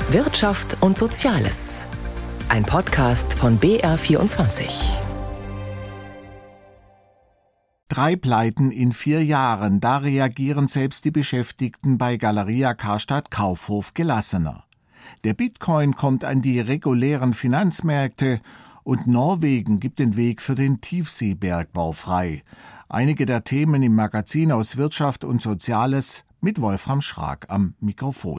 Wirtschaft und Soziales. Ein Podcast von BR24. 3 Pleiten in 4 Jahren, da reagieren selbst die Beschäftigten bei Galeria Karstadt Kaufhof gelassener. Der Bitcoin kommt an die regulären Finanzmärkte und Norwegen gibt den Weg für den Tiefseebergbau frei. Einige der Themen im Magazin aus Wirtschaft und Soziales mit Wolfram Schrag am Mikrofon.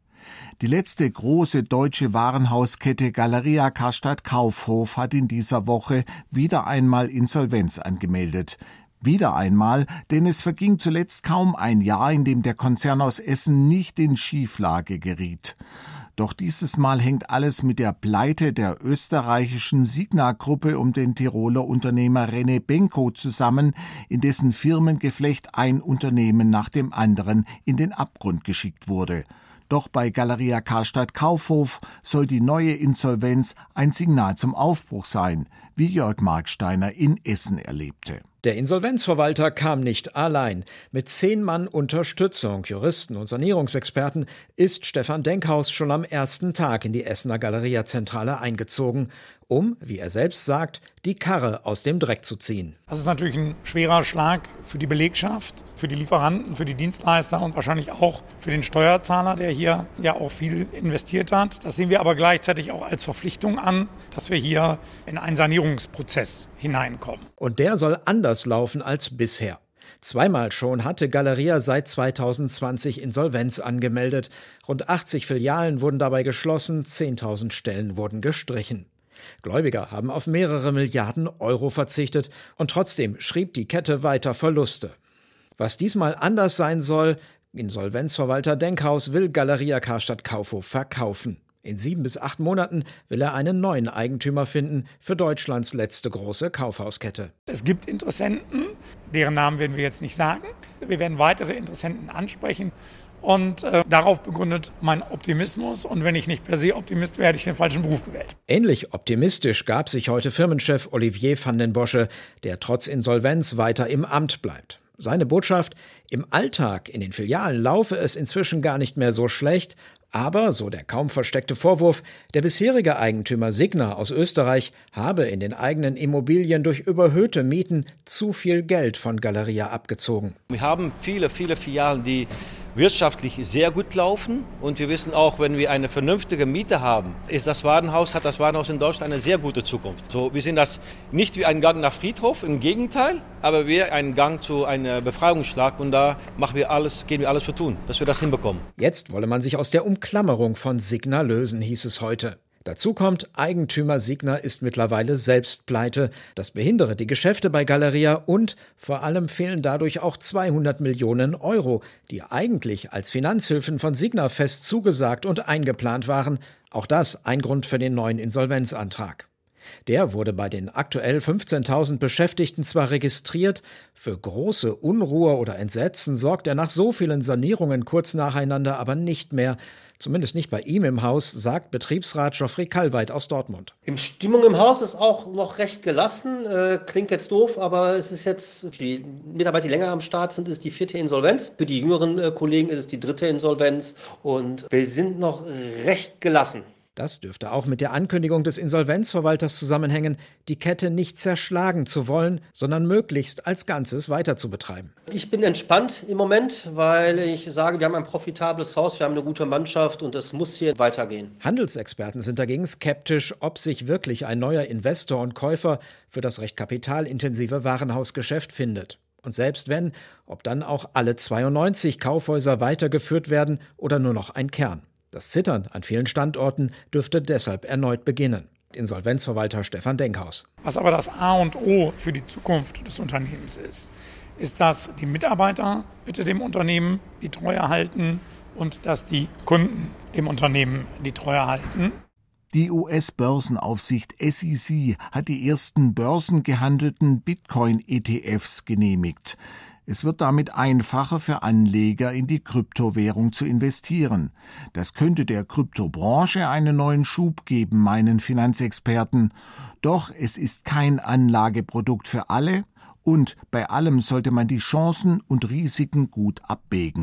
Die letzte große deutsche Warenhauskette Galeria Karstadt Kaufhof hat in dieser Woche wieder einmal Insolvenz angemeldet. Wieder einmal, denn es verging zuletzt kaum ein Jahr, in dem der Konzern aus Essen nicht in Schieflage geriet. Doch dieses Mal hängt alles mit der Pleite der österreichischen Signa-Gruppe um den Tiroler Unternehmer René Benko zusammen, in dessen Firmengeflecht ein Unternehmen nach dem anderen in den Abgrund geschickt wurde. Doch bei Galeria Karstadt Kaufhof soll die neue Insolvenz ein Signal zum Aufbruch sein, wie Jörg Marksteiner in Essen erlebte. Der Insolvenzverwalter kam nicht allein. Mit 10 Mann Unterstützung, Juristen und Sanierungsexperten, ist Stefan Denkhaus schon am ersten Tag in die Essener Galeria-Zentrale eingezogen, um, wie er selbst sagt, die Karre aus dem Dreck zu ziehen. Das ist natürlich ein schwerer Schlag für die Belegschaft, für die Lieferanten, für die Dienstleister und wahrscheinlich auch für den Steuerzahler, der hier ja auch viel investiert hat. Das sehen wir aber gleichzeitig auch als Verpflichtung an, dass wir hier in einen Sanierungsprozess hineinkommen. Und der soll anders laufen als bisher. 2-mal schon hatte Galeria seit 2020 Insolvenz angemeldet. Rund 80 Filialen wurden dabei geschlossen, 10.000 Stellen wurden gestrichen. Gläubiger haben auf mehrere Milliarden Euro verzichtet und trotzdem schrieb die Kette weiter Verluste. Was diesmal anders sein soll, Insolvenzverwalter Denkhaus will Galeria Karstadt Kaufhof verkaufen. In 7 bis 8 Monaten will er einen neuen Eigentümer finden für Deutschlands letzte große Kaufhauskette. Es gibt Interessenten, deren Namen werden wir jetzt nicht sagen. Wir werden weitere Interessenten ansprechen. Und darauf begründet mein Optimismus. Und wenn ich nicht per se Optimist wäre, hätte ich den falschen Beruf gewählt. Ähnlich optimistisch gab sich heute Firmenchef Olivier van den Bosche, der trotz Insolvenz weiter im Amt bleibt. Seine Botschaft: Im Alltag in den Filialen laufe es inzwischen gar nicht mehr so schlecht. Aber, so der kaum versteckte Vorwurf, der bisherige Eigentümer Signa aus Österreich habe in den eigenen Immobilien durch überhöhte Mieten zu viel Geld von Galeria abgezogen. Wir haben viele Filialen, die wirtschaftlich sehr gut laufen. Und wir wissen auch, wenn wir eine vernünftige Miete haben, hat das Warenhaus in Deutschland eine sehr gute Zukunft. So, wir sehen das nicht wie einen Gang nach Friedhof, im Gegenteil, aber wie einen Gang zu einem Befreiungsschlag. Und da gehen wir alles für tun, dass wir das hinbekommen. Jetzt wolle man sich aus der Umklammerung von Signa lösen, hieß es heute. Dazu kommt, Eigentümer Signa ist mittlerweile selbst pleite. Das behindere die Geschäfte bei Galeria und vor allem fehlen dadurch auch 200 Millionen Euro, die eigentlich als Finanzhilfen von Signa fest zugesagt und eingeplant waren. Auch das ein Grund für den neuen Insolvenzantrag. Der wurde bei den aktuell 15.000 Beschäftigten zwar registriert, für große Unruhe oder Entsetzen sorgt er nach so vielen Sanierungen kurz nacheinander aber nicht mehr. Zumindest nicht bei ihm im Haus, sagt Betriebsrat Geoffrey Kallweit aus Dortmund. Die Stimmung im Haus ist auch noch recht gelassen. Klingt jetzt doof, aber es ist jetzt für die Mitarbeiter, die länger am Start sind, ist die 4. Insolvenz. Für die jüngeren Kollegen ist es die 3. Insolvenz. Und wir sind noch recht gelassen. Das dürfte auch mit der Ankündigung des Insolvenzverwalters zusammenhängen, die Kette nicht zerschlagen zu wollen, sondern möglichst als Ganzes weiter zu betreiben. Ich bin entspannt im Moment, weil ich sage, wir haben ein profitables Haus, wir haben eine gute Mannschaft und es muss hier weitergehen. Handelsexperten sind dagegen skeptisch, ob sich wirklich ein neuer Investor und Käufer für das recht kapitalintensive Warenhausgeschäft findet. Und selbst wenn, ob dann auch alle 92 Kaufhäuser weitergeführt werden oder nur noch ein Kern. Das Zittern an vielen Standorten dürfte deshalb erneut beginnen. Insolvenzverwalter Stefan Denkhaus. Was aber das A und O für die Zukunft des Unternehmens ist, dass die Mitarbeiter bitte dem Unternehmen die Treue halten und dass die Kunden dem Unternehmen die Treue halten. Die US-Börsenaufsicht SEC hat die ersten börsengehandelten Bitcoin-ETFs genehmigt. Es wird damit einfacher für Anleger, in die Kryptowährung zu investieren. Das könnte der Kryptobranche einen neuen Schub geben, meinen Finanzexperten. Doch es ist kein Anlageprodukt für alle und bei allem sollte man die Chancen und Risiken gut abwägen,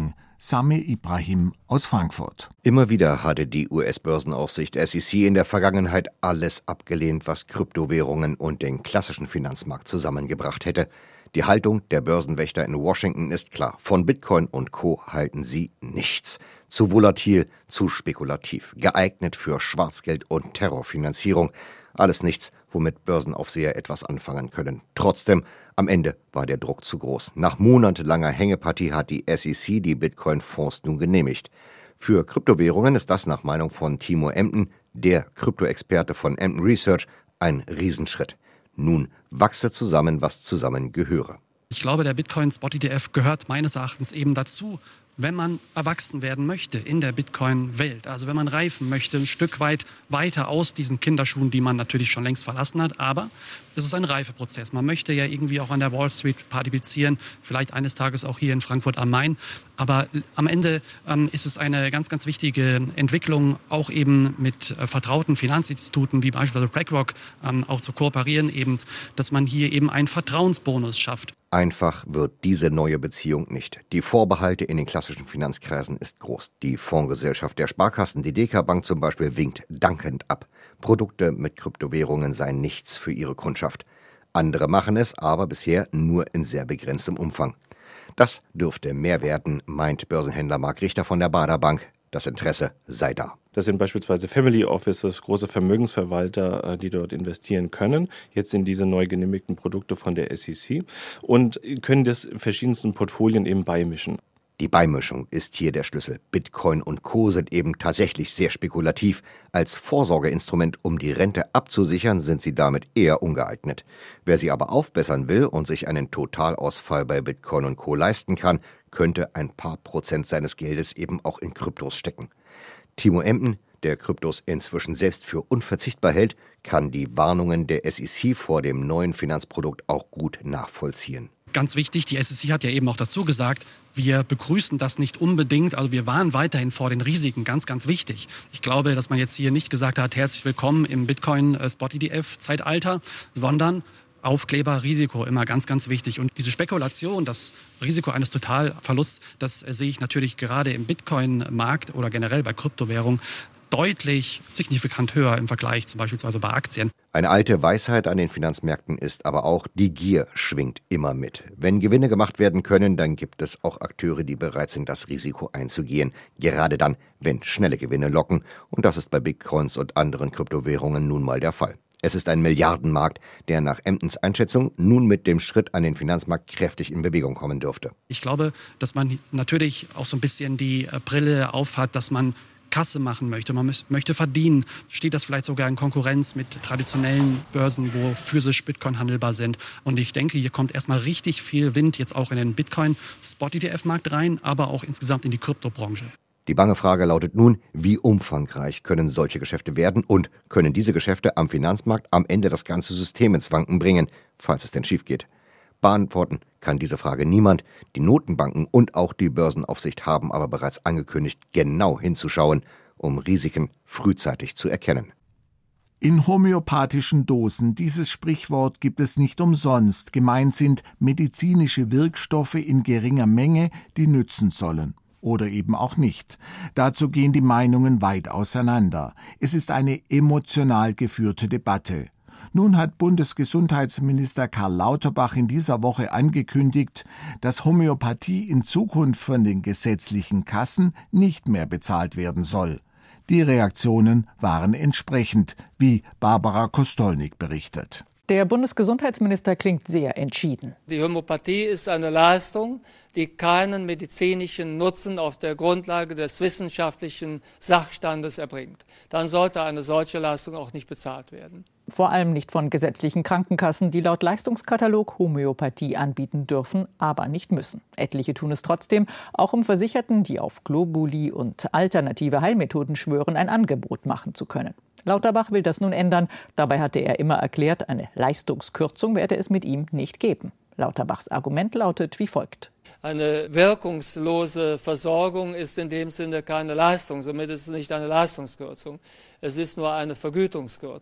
Sami Ibrahim aus Frankfurt. Immer wieder hatte die US-Börsenaufsicht SEC in der Vergangenheit alles abgelehnt, was Kryptowährungen und den klassischen Finanzmarkt zusammengebracht hätte. Die Haltung der Börsenwächter in Washington ist klar. Von Bitcoin und Co. halten sie nichts. Zu volatil, zu spekulativ, geeignet für Schwarzgeld und Terrorfinanzierung. Alles nichts, womit Börsenaufseher etwas anfangen können. Trotzdem, am Ende war der Druck zu groß. Nach monatelanger Hängepartie hat die SEC die Bitcoin-Fonds nun genehmigt. Für Kryptowährungen ist das nach Meinung von Timo Emden, der Kryptoexperte von Emden Research, ein Riesenschritt. Nun wachse zusammen, was zusammengehöre. Ich glaube, der Bitcoin-Spot-ETF gehört meines Erachtens eben dazu, wenn man erwachsen werden möchte in der Bitcoin-Welt. Also wenn man reifen möchte, ein Stück weit weiter aus diesen Kinderschuhen, die man natürlich schon längst verlassen hat. Aber es ist ein Reifeprozess. Man möchte ja irgendwie auch an der Wall Street partizipieren, vielleicht eines Tages auch hier in Frankfurt am Main. Aber am Ende ist es eine ganz, ganz wichtige Entwicklung, auch eben mit vertrauten Finanzinstituten wie beispielsweise BlackRock auch zu kooperieren, eben, dass man hier eben einen Vertrauensbonus schafft. Einfach wird diese neue Beziehung nicht. Die Vorbehalte in den klassischen Finanzkreisen ist groß. Die Fondsgesellschaft der Sparkassen, die DK Bank zum Beispiel, winkt dankend ab. Produkte mit Kryptowährungen seien nichts für ihre Kundschaft. Andere machen es, aber bisher nur in sehr begrenztem Umfang. Das dürfte mehr werden, meint Börsenhändler Marc Richter von der Baader Bank. Das Interesse sei da. Das sind beispielsweise Family Offices, große Vermögensverwalter, die dort investieren können, jetzt in diese neu genehmigten Produkte von der SEC und können das in verschiedensten Portfolien eben beimischen. Die Beimischung ist hier der Schlüssel. Bitcoin und Co. sind eben tatsächlich sehr spekulativ. Als Vorsorgeinstrument, um die Rente abzusichern, sind sie damit eher ungeeignet. Wer sie aber aufbessern will und sich einen Totalausfall bei Bitcoin und Co. leisten kann, könnte ein paar Prozent seines Geldes eben auch in Kryptos stecken. Timo Emden, der Kryptos inzwischen selbst für unverzichtbar hält, kann die Warnungen der SEC vor dem neuen Finanzprodukt auch gut nachvollziehen. Ganz wichtig, die SEC hat ja eben auch dazu gesagt, wir begrüßen das nicht unbedingt, also wir warnen weiterhin vor den Risiken, ganz, ganz wichtig. Ich glaube, dass man jetzt hier nicht gesagt hat, herzlich willkommen im Bitcoin-Spot-ETF-Zeitalter, sondern Aufkleber, Risiko, immer ganz, ganz wichtig. Und diese Spekulation, das Risiko eines Totalverlusts, das sehe ich natürlich gerade im Bitcoin-Markt oder generell bei Kryptowährungen deutlich signifikant höher im Vergleich zum Beispiel bei Aktien. Eine alte Weisheit an den Finanzmärkten ist aber auch, die Gier schwingt immer mit. Wenn Gewinne gemacht werden können, dann gibt es auch Akteure, die bereit sind, das Risiko einzugehen. Gerade dann, wenn schnelle Gewinne locken. Und das ist bei Bitcoins und anderen Kryptowährungen nun mal der Fall. Es ist ein Milliardenmarkt, der nach Emdens Einschätzung nun mit dem Schritt an den Finanzmarkt kräftig in Bewegung kommen dürfte. Ich glaube, dass man natürlich auch so ein bisschen die Brille aufhat, dass man Kasse machen möchte, man möchte verdienen. Steht das vielleicht sogar in Konkurrenz mit traditionellen Börsen, wo physisch Bitcoin handelbar sind. Und ich denke, hier kommt erstmal richtig viel Wind jetzt auch in den Bitcoin-Spot-ETF-Markt rein, aber auch insgesamt in die Kryptobranche. Die bange Frage lautet nun, wie umfangreich können solche Geschäfte werden und können diese Geschäfte am Finanzmarkt am Ende das ganze System ins Wanken bringen, falls es denn schief geht? Beantworten kann diese Frage niemand. Die Notenbanken und auch die Börsenaufsicht haben aber bereits angekündigt, genau hinzuschauen, um Risiken frühzeitig zu erkennen. In homöopathischen Dosen, dieses Sprichwort gibt es nicht umsonst. Gemeint sind medizinische Wirkstoffe in geringer Menge, die nützen sollen. Oder eben auch nicht. Dazu gehen die Meinungen weit auseinander. Es ist eine emotional geführte Debatte. Nun hat Bundesgesundheitsminister Karl Lauterbach in dieser Woche angekündigt, dass Homöopathie in Zukunft von den gesetzlichen Kassen nicht mehr bezahlt werden soll. Die Reaktionen waren entsprechend, wie Barbara Kostolnik berichtet. Der Bundesgesundheitsminister klingt sehr entschieden. Die Homöopathie ist eine Leistung, die keinen medizinischen Nutzen auf der Grundlage des wissenschaftlichen Sachstandes erbringt. Dann sollte eine solche Leistung auch nicht bezahlt werden. Vor allem nicht von gesetzlichen Krankenkassen, die laut Leistungskatalog Homöopathie anbieten dürfen, aber nicht müssen. Etliche tun es trotzdem, auch um Versicherten, die auf Globuli und alternative Heilmethoden schwören, ein Angebot machen zu können. Lauterbach will das nun ändern. Dabei hatte er immer erklärt, eine Leistungskürzung werde es mit ihm nicht geben. Lauterbachs Argument lautet wie folgt. Eine wirkungslose Versorgung ist in dem Sinne keine Leistung. Somit ist es nicht eine Leistungskürzung. Es ist nur eine Vergütungskürzung.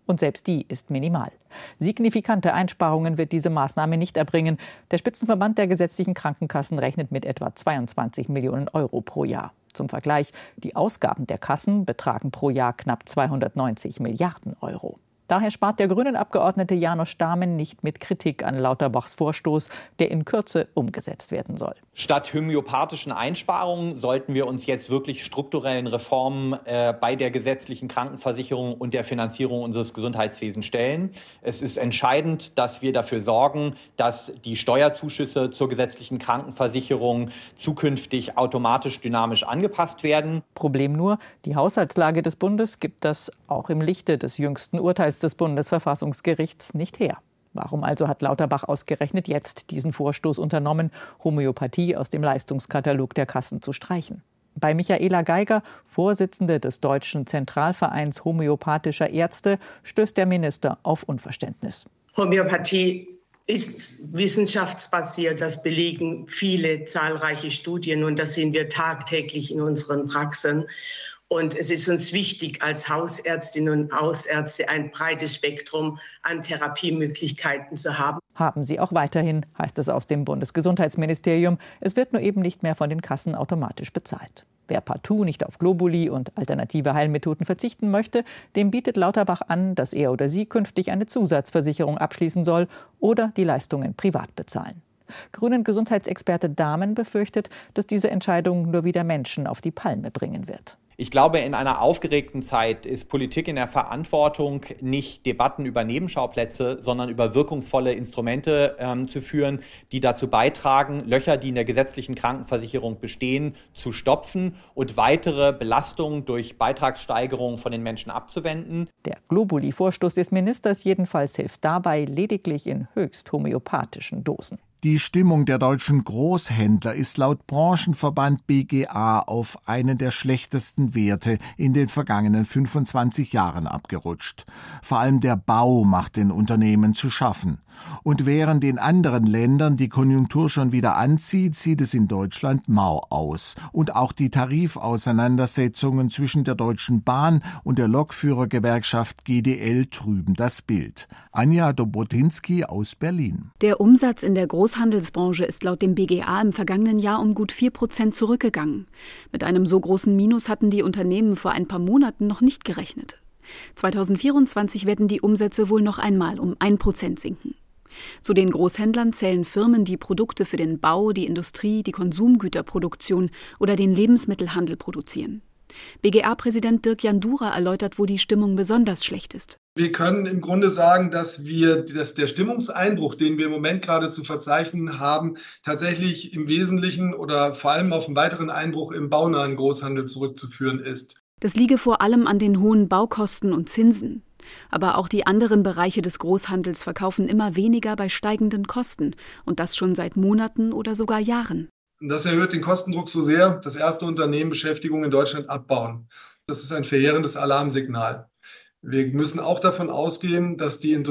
Und selbst die ist minimal. Signifikante Einsparungen wird diese Maßnahme nicht erbringen. Der Spitzenverband der gesetzlichen Krankenkassen rechnet mit etwa 22 Millionen Euro pro Jahr. Zum Vergleich, die Ausgaben der Kassen betragen pro Jahr knapp 290 Milliarden Euro. Daher spart der Grünen-Abgeordnete János Stámen nicht mit Kritik an Lauterbachs Vorstoß, der in Kürze umgesetzt werden soll. Statt homöopathischen Einsparungen sollten wir uns jetzt wirklich strukturellen Reformen bei der gesetzlichen Krankenversicherung und der Finanzierung unseres Gesundheitswesens stellen. Es ist entscheidend, dass wir dafür sorgen, dass die Steuerzuschüsse zur gesetzlichen Krankenversicherung zukünftig automatisch dynamisch angepasst werden. Problem nur, die Haushaltslage des Bundes gibt das auch im Lichte des jüngsten Urteils des Bundesverfassungsgerichts nicht her. Warum also hat Lauterbach ausgerechnet jetzt diesen Vorstoß unternommen, Homöopathie aus dem Leistungskatalog der Kassen zu streichen? Bei Michaela Geiger, Vorsitzende des Deutschen Zentralvereins homöopathischer Ärzte, stößt der Minister auf Unverständnis. Homöopathie ist wissenschaftsbasiert, das belegen viele zahlreiche Studien und das sehen wir tagtäglich in unseren Praxen. Und es ist uns wichtig, als Hausärztinnen und Hausärzte ein breites Spektrum an Therapiemöglichkeiten zu haben. Haben sie auch weiterhin, heißt es aus dem Bundesgesundheitsministerium. Es wird nur eben nicht mehr von den Kassen automatisch bezahlt. Wer partout nicht auf Globuli und alternative Heilmethoden verzichten möchte, dem bietet Lauterbach an, dass er oder sie künftig eine Zusatzversicherung abschließen soll oder die Leistungen privat bezahlen. Grünen-Gesundheitsexperte Dahmen befürchtet, dass diese Entscheidung nur wieder Menschen auf die Palme bringen wird. Ich glaube, in einer aufgeregten Zeit ist Politik in der Verantwortung, nicht Debatten über Nebenschauplätze, sondern über wirkungsvolle Instrumente zu führen, die dazu beitragen, Löcher, die in der gesetzlichen Krankenversicherung bestehen, zu stopfen und weitere Belastungen durch Beitragssteigerungen von den Menschen abzuwenden. Der Globuli-Vorstoß des Ministers jedenfalls hilft dabei lediglich in höchst homöopathischen Dosen. Die Stimmung der deutschen Großhändler ist laut Branchenverband BGA auf einen der schlechtesten Werte in den vergangenen 25 Jahren abgerutscht. Vor allem der Bau macht den Unternehmen zu schaffen. Und während in anderen Ländern die Konjunktur schon wieder anzieht, sieht es in Deutschland mau aus. Und auch die Tarifauseinandersetzungen zwischen der Deutschen Bahn und der Lokführergewerkschaft GDL trüben das Bild. Anja Dobotinski aus Berlin. Der Umsatz in der Großhandelsbranche ist laut dem BGA im vergangenen Jahr um gut 4% zurückgegangen. Mit einem so großen Minus hatten die Unternehmen vor ein paar Monaten noch nicht gerechnet. 2024 werden die Umsätze wohl noch einmal um 1% sinken. Zu den Großhändlern zählen Firmen, die Produkte für den Bau, die Industrie, die Konsumgüterproduktion oder den Lebensmittelhandel produzieren. BGA-Präsident Dirk Jandura erläutert, wo die Stimmung besonders schlecht ist. Wir können im Grunde sagen, dass der Stimmungseinbruch, den wir im Moment gerade zu verzeichnen haben, tatsächlich im Wesentlichen oder vor allem auf einen weiteren Einbruch im baunahen Großhandel zurückzuführen ist. Das liege vor allem an den hohen Baukosten und Zinsen. Aber auch die anderen Bereiche des Großhandels verkaufen immer weniger bei steigenden Kosten und das schon seit Monaten oder sogar Jahren. Das erhöht den Kostendruck so sehr, dass erste Unternehmen Beschäftigung in Deutschland abbauen. Das ist ein verheerendes Alarmsignal. Wir müssen auch davon ausgehen, dass die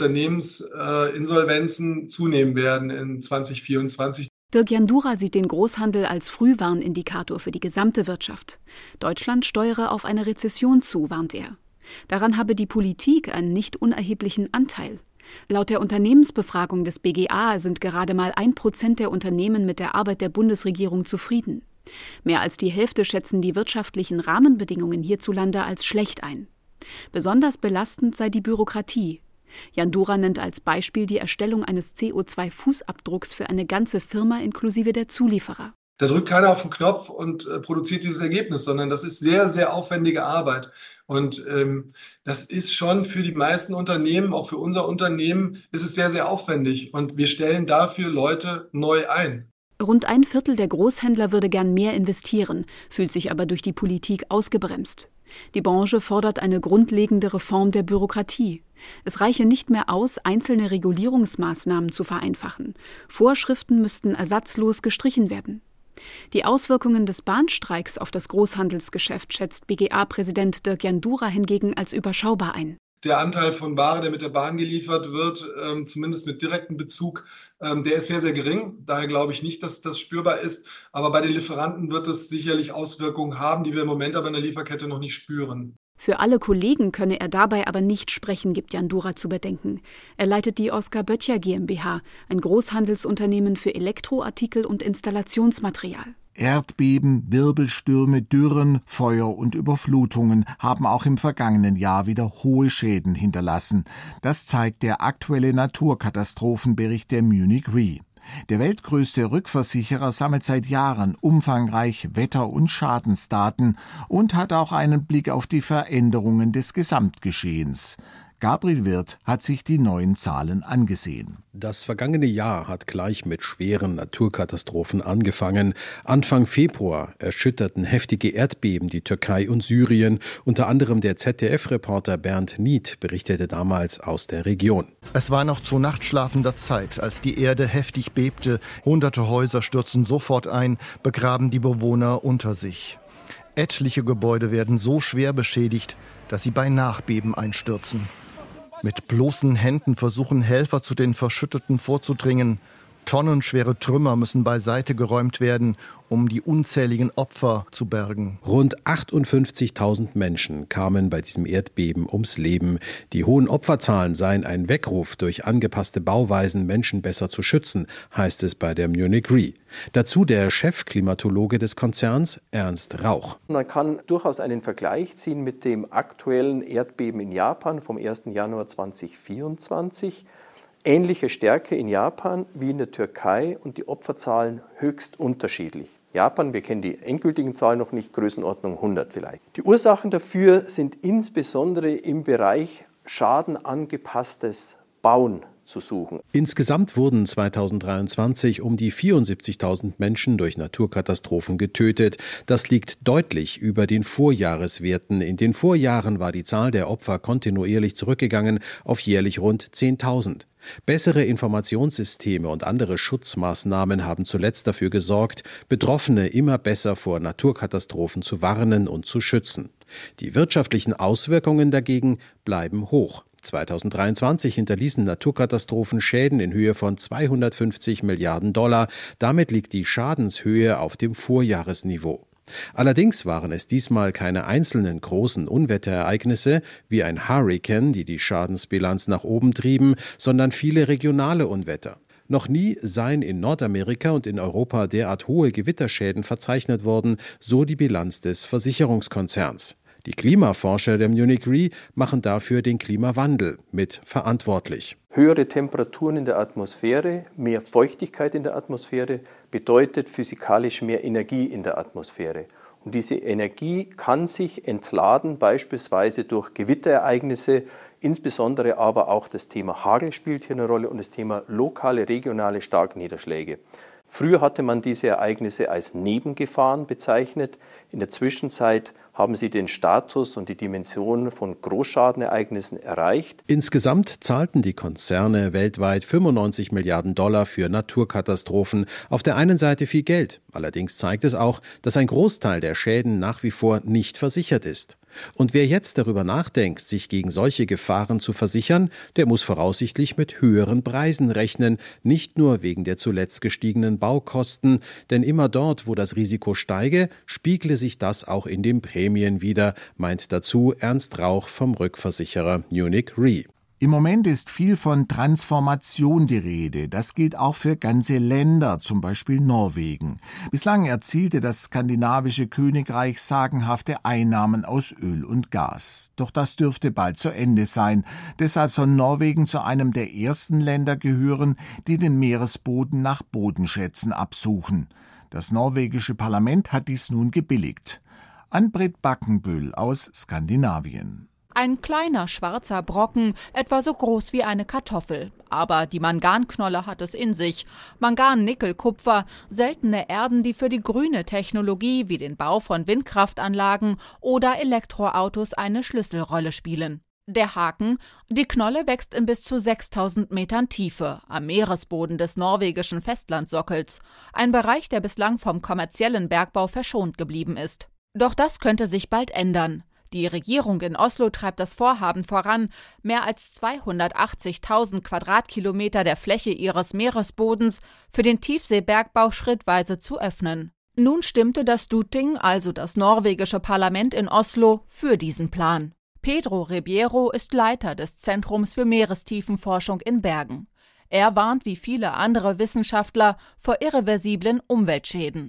Unternehmensinsolvenzen zunehmen werden in 2024. Dirk Jandura sieht den Großhandel als Frühwarnindikator für die gesamte Wirtschaft. Deutschland steuere auf eine Rezession zu, warnt er. Daran habe die Politik einen nicht unerheblichen Anteil. Laut der Unternehmensbefragung des BGA sind gerade mal 1% der Unternehmen mit der Arbeit der Bundesregierung zufrieden. Mehr als die Hälfte schätzen die wirtschaftlichen Rahmenbedingungen hierzulande als schlecht ein. Besonders belastend sei die Bürokratie. Jandura nennt als Beispiel die Erstellung eines CO2-Fußabdrucks für eine ganze Firma inklusive der Zulieferer. Da drückt keiner auf den Knopf und produziert dieses Ergebnis, sondern das ist sehr, sehr aufwendige Arbeit. Und das ist schon für die meisten Unternehmen, auch für unser Unternehmen, ist es sehr, sehr aufwendig. Und wir stellen dafür Leute neu ein. Rund ein Viertel der Großhändler würde gern mehr investieren, fühlt sich aber durch die Politik ausgebremst. Die Branche fordert eine grundlegende Reform der Bürokratie. Es reiche nicht mehr aus, einzelne Regulierungsmaßnahmen zu vereinfachen. Vorschriften müssten ersatzlos gestrichen werden. Die Auswirkungen des Bahnstreiks auf das Großhandelsgeschäft schätzt BGA-Präsident Dirk Jandura hingegen als überschaubar ein. Der Anteil von Ware, der mit der Bahn geliefert wird, zumindest mit direktem Bezug, der ist sehr, sehr gering. Daher glaube ich nicht, dass das spürbar ist. Aber bei den Lieferanten wird es sicherlich Auswirkungen haben, die wir im Moment aber in der Lieferkette noch nicht spüren. Für alle Kollegen könne er dabei aber nicht sprechen, gibt Jan Dura zu bedenken. Er leitet die Oskar Böttcher GmbH, ein Großhandelsunternehmen für Elektroartikel und Installationsmaterial. Erdbeben, Wirbelstürme, Dürren, Feuer und Überflutungen haben auch im vergangenen Jahr wieder hohe Schäden hinterlassen. Das zeigt der aktuelle Naturkatastrophenbericht der Munich Re. Der weltgrößte Rückversicherer sammelt seit Jahren umfangreich Wetter- und Schadensdaten und hat auch einen Blick auf die Veränderungen des Gesamtgeschehens. Gabriel Wirth hat sich die neuen Zahlen angesehen. Das vergangene Jahr hat gleich mit schweren Naturkatastrophen angefangen. Anfang Februar erschütterten heftige Erdbeben die Türkei und Syrien. Unter anderem der ZDF-Reporter Bernd Niet berichtete damals aus der Region. Es war noch zu nachtschlafender Zeit, als die Erde heftig bebte. Hunderte Häuser stürzen sofort ein, begraben die Bewohner unter sich. Etliche Gebäude werden so schwer beschädigt, dass sie bei Nachbeben einstürzen. Mit bloßen Händen versuchen Helfer, zu den Verschütteten vorzudringen. Tonnenschwere Trümmer müssen beiseite geräumt werden, um die unzähligen Opfer zu bergen. Rund 58.000 Menschen kamen bei diesem Erdbeben ums Leben. Die hohen Opferzahlen seien ein Weckruf, durch angepasste Bauweisen Menschen besser zu schützen, heißt es bei der Munich Re. Dazu der Chefklimatologe des Konzerns, Ernst Rauch. Man kann durchaus einen Vergleich ziehen mit dem aktuellen Erdbeben in Japan vom 1. Januar 2024. Ähnliche Stärke in Japan wie in der Türkei und die Opferzahlen höchst unterschiedlich. Japan, wir kennen die endgültigen Zahlen noch nicht, Größenordnung 100 vielleicht. Die Ursachen dafür sind insbesondere im Bereich schadenangepasstes Bauen zu suchen. Insgesamt wurden 2023 um die 74.000 Menschen durch Naturkatastrophen getötet. Das liegt deutlich über den Vorjahreswerten. In den Vorjahren war die Zahl der Opfer kontinuierlich zurückgegangen auf jährlich rund 10.000. Bessere Informationssysteme und andere Schutzmaßnahmen haben zuletzt dafür gesorgt, Betroffene immer besser vor Naturkatastrophen zu warnen und zu schützen. Die wirtschaftlichen Auswirkungen dagegen bleiben hoch. 2023 hinterließen Naturkatastrophen Schäden in Höhe von 250 Milliarden $. Damit liegt die Schadenshöhe auf dem Vorjahresniveau. Allerdings waren es diesmal keine einzelnen großen Unwetterereignisse wie ein Hurrikan, die die Schadensbilanz nach oben trieben, sondern viele regionale Unwetter. Noch nie seien in Nordamerika und in Europa derart hohe Gewitterschäden verzeichnet worden, so die Bilanz des Versicherungskonzerns. Die Klimaforscher der Munich Re machen dafür den Klimawandel mit verantwortlich. Höhere Temperaturen in der Atmosphäre, mehr Feuchtigkeit in der Atmosphäre bedeutet physikalisch mehr Energie in der Atmosphäre. Und diese Energie kann sich entladen, beispielsweise durch Gewitterereignisse, insbesondere aber auch das Thema Hagel spielt hier eine Rolle und das Thema lokale, regionale Starkniederschläge. Früher hatte man diese Ereignisse als Nebengefahren bezeichnet. In der Zwischenzeit haben sie den Status und die Dimension von Großschadenereignissen erreicht. Insgesamt zahlten die Konzerne weltweit 95 Milliarden $ für Naturkatastrophen. Auf der einen Seite viel Geld. Allerdings zeigt es auch, dass ein Großteil der Schäden nach wie vor nicht versichert ist. Und wer jetzt darüber nachdenkt, sich gegen solche Gefahren zu versichern, der muss voraussichtlich mit höheren Preisen rechnen, nicht nur wegen der zuletzt gestiegenen Baukosten, denn immer dort, wo das Risiko steige, spiegle sich das auch in den Prämien wider, meint dazu Ernst Rauch vom Rückversicherer Munich Re. Im Moment ist viel von Transformation die Rede. Das gilt auch für ganze Länder, zum Beispiel Norwegen. Bislang erzielte das skandinavische Königreich sagenhafte Einnahmen aus Öl und Gas. Doch das dürfte bald zu Ende sein. Deshalb soll Norwegen zu einem der ersten Länder gehören, die den Meeresboden nach Bodenschätzen absuchen. Das norwegische Parlament hat dies nun gebilligt. Ann-Britt Bakkenbüll aus Skandinavien. Ein kleiner schwarzer Brocken, etwa so groß wie eine Kartoffel. Aber die Manganknolle hat es in sich. Mangan, Nickel, Kupfer, seltene Erden, die für die grüne Technologie wie den Bau von Windkraftanlagen oder Elektroautos eine Schlüsselrolle spielen. Der Haken: Die Knolle wächst in bis zu 6.000 Metern Tiefe am Meeresboden des norwegischen Festlandsockels. Ein Bereich, der bislang vom kommerziellen Bergbau verschont geblieben ist. Doch das könnte sich bald ändern. Die Regierung in Oslo treibt das Vorhaben voran, mehr als 280.000 Quadratkilometer der Fläche ihres Meeresbodens für den Tiefseebergbau schrittweise zu öffnen. Nun stimmte das Storting, also das norwegische Parlament in Oslo, für diesen Plan. Pedro Ribeiro ist Leiter des Zentrums für Meerestiefenforschung in Bergen. Er warnt wie viele andere Wissenschaftler vor irreversiblen Umweltschäden.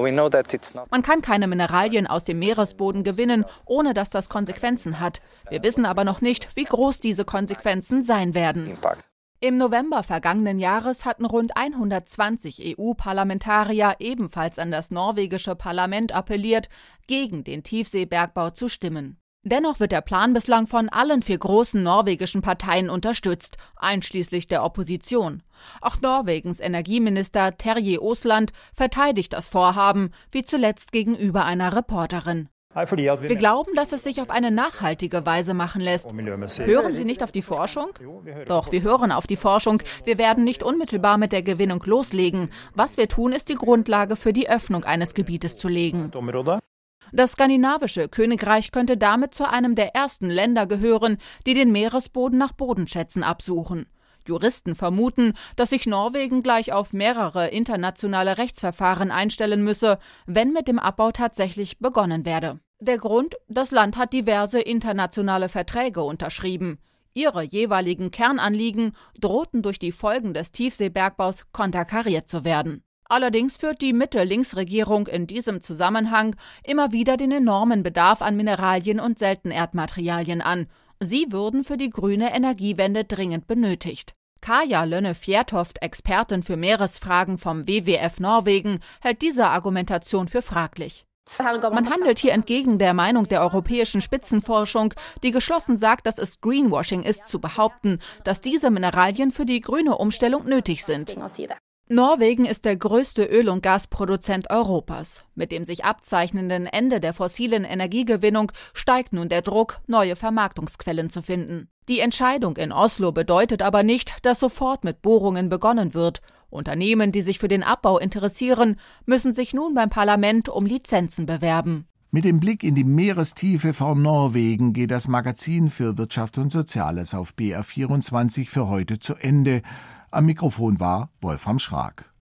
Man kann keine Mineralien aus dem Meeresboden gewinnen, ohne dass das Konsequenzen hat. Wir wissen aber noch nicht, wie groß diese Konsequenzen sein werden. Im November vergangenen Jahres hatten rund 120 EU-Parlamentarier ebenfalls an das norwegische Parlament appelliert, gegen den Tiefseebergbau zu stimmen. Dennoch wird der Plan bislang von allen 4 großen norwegischen Parteien unterstützt, einschließlich der Opposition. Auch Norwegens Energieminister Terje Aasland verteidigt das Vorhaben, wie zuletzt gegenüber einer Reporterin. Wir glauben, dass es sich auf eine nachhaltige Weise machen lässt. Hören Sie nicht auf die Forschung? Doch, wir hören auf die Forschung. Wir werden nicht unmittelbar mit der Gewinnung loslegen. Was wir tun, ist die Grundlage für die Öffnung eines Gebietes zu legen. Das skandinavische Königreich könnte damit zu einem der ersten Länder gehören, die den Meeresboden nach Bodenschätzen absuchen. Juristen vermuten, dass sich Norwegen gleich auf mehrere internationale Rechtsverfahren einstellen müsse, wenn mit dem Abbau tatsächlich begonnen werde. Der Grund: Das Land hat diverse internationale Verträge unterschrieben. Ihre jeweiligen Kernanliegen drohten durch die Folgen des Tiefseebergbaus konterkariert zu werden. Allerdings führt die Mitte-Links-Regierung in diesem Zusammenhang immer wieder den enormen Bedarf an Mineralien und Seltenerdmaterialien an. Sie würden für die grüne Energiewende dringend benötigt. Kaja Lønne-Fjærtoft, Expertin für Meeresfragen vom WWF Norwegen, hält diese Argumentation für fraglich. Man handelt hier entgegen der Meinung der europäischen Spitzenforschung, die geschlossen sagt, dass es Greenwashing ist, zu behaupten, dass diese Mineralien für die grüne Umstellung nötig sind. Norwegen ist der größte Öl- und Gasproduzent Europas. Mit dem sich abzeichnenden Ende der fossilen Energiegewinnung steigt nun der Druck, neue Vermarktungsquellen zu finden. Die Entscheidung in Oslo bedeutet aber nicht, dass sofort mit Bohrungen begonnen wird. Unternehmen, die sich für den Abbau interessieren, müssen sich nun beim Parlament um Lizenzen bewerben. Mit dem Blick in die Meerestiefe von Norwegen geht das Magazin für Wirtschaft und Soziales auf BR24 für heute zu Ende. Am Mikrofon war Wolfram Schrag.